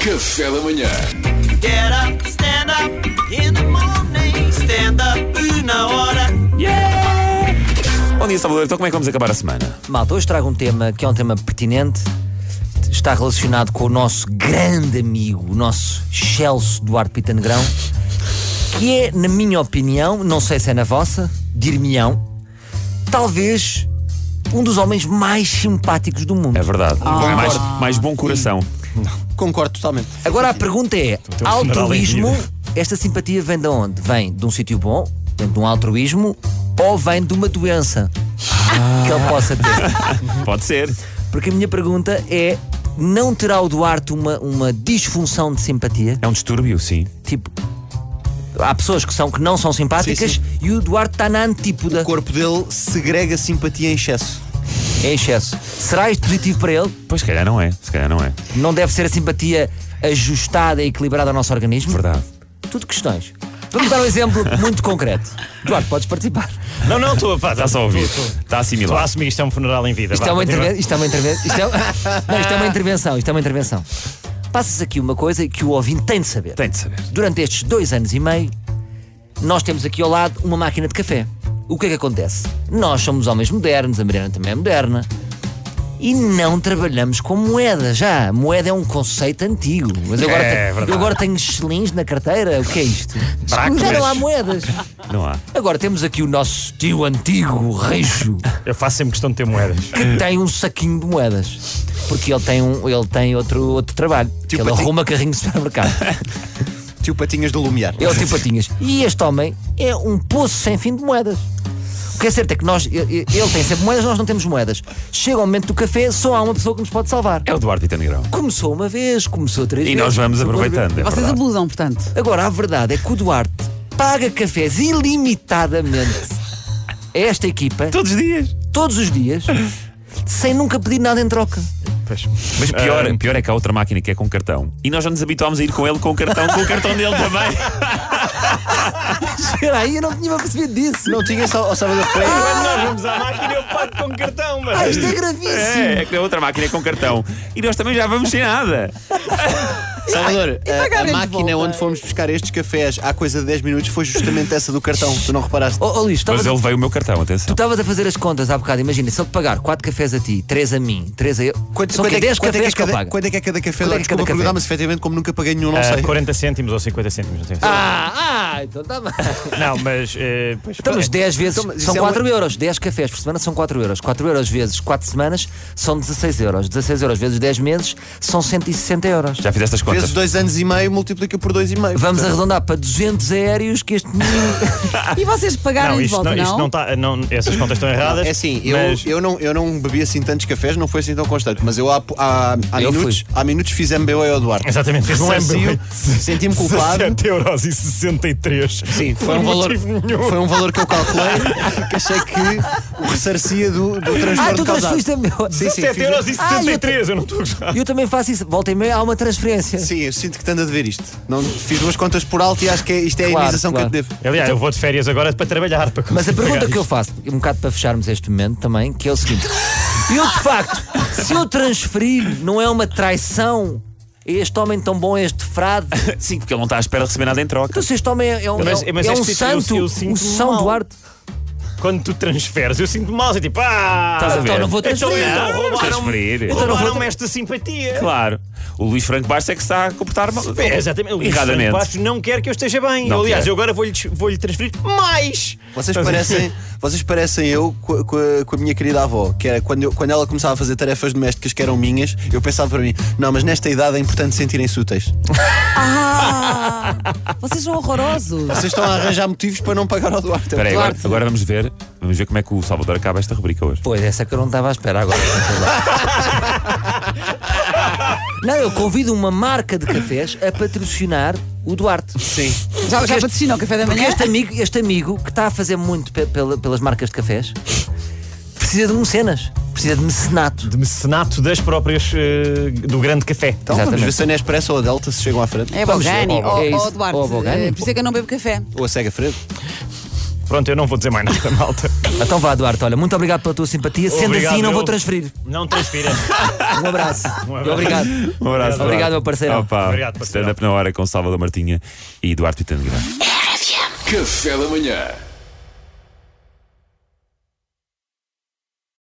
Café da manhã. Get up, stand up in the morning. Stand up na hora. Bom dia, Salvador. Então como é que vamos acabar a semana? Malta, hoje trago um tema que é um tema pertinente. Está relacionado com o nosso grande amigo, o nosso Celso Duarte Pita Negrão, que é, na minha opinião, não sei se é na vossa, dir-me-ão, talvez um dos homens mais simpáticos do mundo. É verdade. Mais bom coração. Concordo totalmente. Agora a pergunta é, teu funeral em altruísmo, vida. esta simpatia vem de onde? Vem de um sítio bom, vem de um altruísmo, ou vem de uma doença que ele possa ter? Pode ser. Porque a minha pergunta é, não terá o Duarte uma disfunção de simpatia? É um distúrbio, sim. Tipo, há pessoas que não são simpáticas, Sim, e o Duarte está na antípoda. O corpo dele segrega simpatia em excesso. É excesso. Será isto positivo para ele? Pois, se calhar não é. Não deve ser a simpatia ajustada e equilibrada ao nosso organismo? Verdade. Tudo questões. Vamos dar um exemplo muito concreto. Duarte, podes participar. Não, estou a Está só a ouvir. Está a Estou a assimilar. assumir que isto é um funeral em vida. Isto Vá, é uma continua. intervenção. Isto é uma intervenção. Passa-se aqui uma coisa que o ouvinte tem de saber. Tem de saber. Durante estes 2 anos e meio, nós temos aqui ao lado uma máquina de café. O que é que acontece? Nós somos homens modernos, a Mariana também é moderna, e não trabalhamos com moeda já. Moeda é um conceito antigo. Mas eu agora tenho chelins na carteira. O que é isto? Já não há moedas. Não há. Agora temos aqui o nosso tio antigo, o Reixo, Eu faço sempre questão de ter moedas. que tem um saquinho de moedas. Porque ele tem outro trabalho. Tio Ele Patinho. arruma carrinhos de supermercado. Tio Patinhas do Lumiar. É o tio Patinhas. E este homem é um poço sem fim de moedas. O que é certo é que ele tem sempre moedas, nós não temos moedas. Chega o momento do café, só há uma pessoa que nos pode salvar. É o Duarte Pita Negrão. Começou uma vez, começou 3 E vezes. nós vamos começou 4 aproveitando. É Vocês verdade. abusam, portanto. Agora, a verdade é que o Duarte paga cafés ilimitadamente a esta equipa, Todos os dias. todos os dias, sem nunca pedir nada em troca. Pois. Mas pior é que há outra máquina que é com cartão. E nós já nos habituámos a ir com ele com o cartão dele também. Espera aí, eu não tinha percebido disso. Não tinha só ao Salvador Freire. Quando nós vamos à máquina, eu pago com cartão, mas. Isto é gravíssimo. É que a outra máquina é com cartão. E nós também já vamos sem nada. Salvador, a pagarem de máquina volta? onde fomos buscar estes cafés há coisa de 10 minutos foi justamente essa do cartão. Tu não reparaste? Ó Luís, Mas ele veio o meu cartão, tu atenção. estavas a fazer as contas há bocado. Imagina, se ele te pagar 4 cafés a ti, 3 a mim, 3 a eu. São que 10 cafés que eu pago. Quanto é que é cada café? Quanto é que é Desculpa cada café? perguntar, mas efetivamente, como nunca paguei nenhum, não sei. 40 cêntimos ou 50 cêntimos, não tenho certeza. Então está bem. Não, mas. Pois, Então, mas 10 vezes Então, mas são isso é 4 euros. 10 cafés por semana são 4 euros. 4 euros vezes 4 semanas são 16 euros. 16 euros vezes 10 meses são 160 euros. Já fizeste as contas? Vezes 2 anos e meio, multiplica por 2,5. Vamos arredondar para 200 aéreos que este menino. E vocês pagaram não, de isto volta, não, não? isto não está. Não, essas contas estão erradas. É assim, mas- eu não bebi assim tantos cafés, não foi assim tão constante, mas eu há Eu minutos fiz MBA ao Duarte. Exatamente, fez um MBA. Senti-me culpado. 17,63€. Sim, foi um valor que eu calculei, que achei que o ressarcia do transtorno Tu causado. transferiste a meu. Sim, sim, fiz- 17,63€, eu não estou a gostar. Eu também faço isso. Volta e meia há uma transferência. Sim, eu sinto que te ando a dever isto. Não, fiz umas contas por alto e acho que isto é a Claro, indenização claro. que eu te devo. Aliás, eu vou de férias agora para trabalhar. Para Mas a conseguir pergunta pagar que eu isto. faço, um bocado para fecharmos este momento também, que é o seguinte: eu de facto, se eu transferir, não é uma traição a este homem tão bom, a este frade? Sim, porque ele não está à espera de receber nada em troca. Então se este homem é um Mas é um que santo, eu um sinto São mal. Duarte. Quando tu transferes, eu sinto mal. É tipo, Estás a ver? Então não vou Então transferir. Vamos transferir. Então não vou- roubaram-me esta simpatia. Claro. O Luís Franco Bastos é que se está a comportar mal. É, exatamente. O Luís Franco Erradamente. Bastos não quer que eu esteja bem. Não Aliás, quer. eu agora vou-lhe transferir mais. Vocês parecem eu com a minha querida avó, que era quando ela começava a fazer tarefas domésticas que eram minhas, eu pensava para mim, não, mas nesta idade é importante sentirem-se úteis. Vocês são horrorosos. Vocês estão a arranjar motivos para não pagar ao Duarte. Espera aí, agora vamos ver como é que o Salvador acaba esta rubrica hoje. Pois, essa que eu não estava à espera agora. Não, eu convido uma marca de cafés a patrocinar o Duarte. Sim. Já patrocinou o café da Porque manhã? este amigo que está a fazer muito pelas marcas de cafés precisa de mecenas, precisa de mecenato. De mecenato das próprias. Do grande café. Então vamos Exatamente. ver se a Nespresso ou a Delta se chegam à frente. É Vamos ver. Bogani, É isso. Duarte. Ou Bogani. Por isso é que eu não bebo café. Ou a Sega Fredo. Pronto, eu não vou dizer mais nada, malta. Então vá, Duarte, olha, muito obrigado pela tua simpatia. Sendo Obrigado, assim, não vou eu. transferir. Não transfira. Um abraço. E obrigado. Um abraço. Obrigado, meu parceiro. Opa, Obrigado, parceiro. stand-up na hora com Salvador Martinha e Duarte Pitangui. Café da manhã.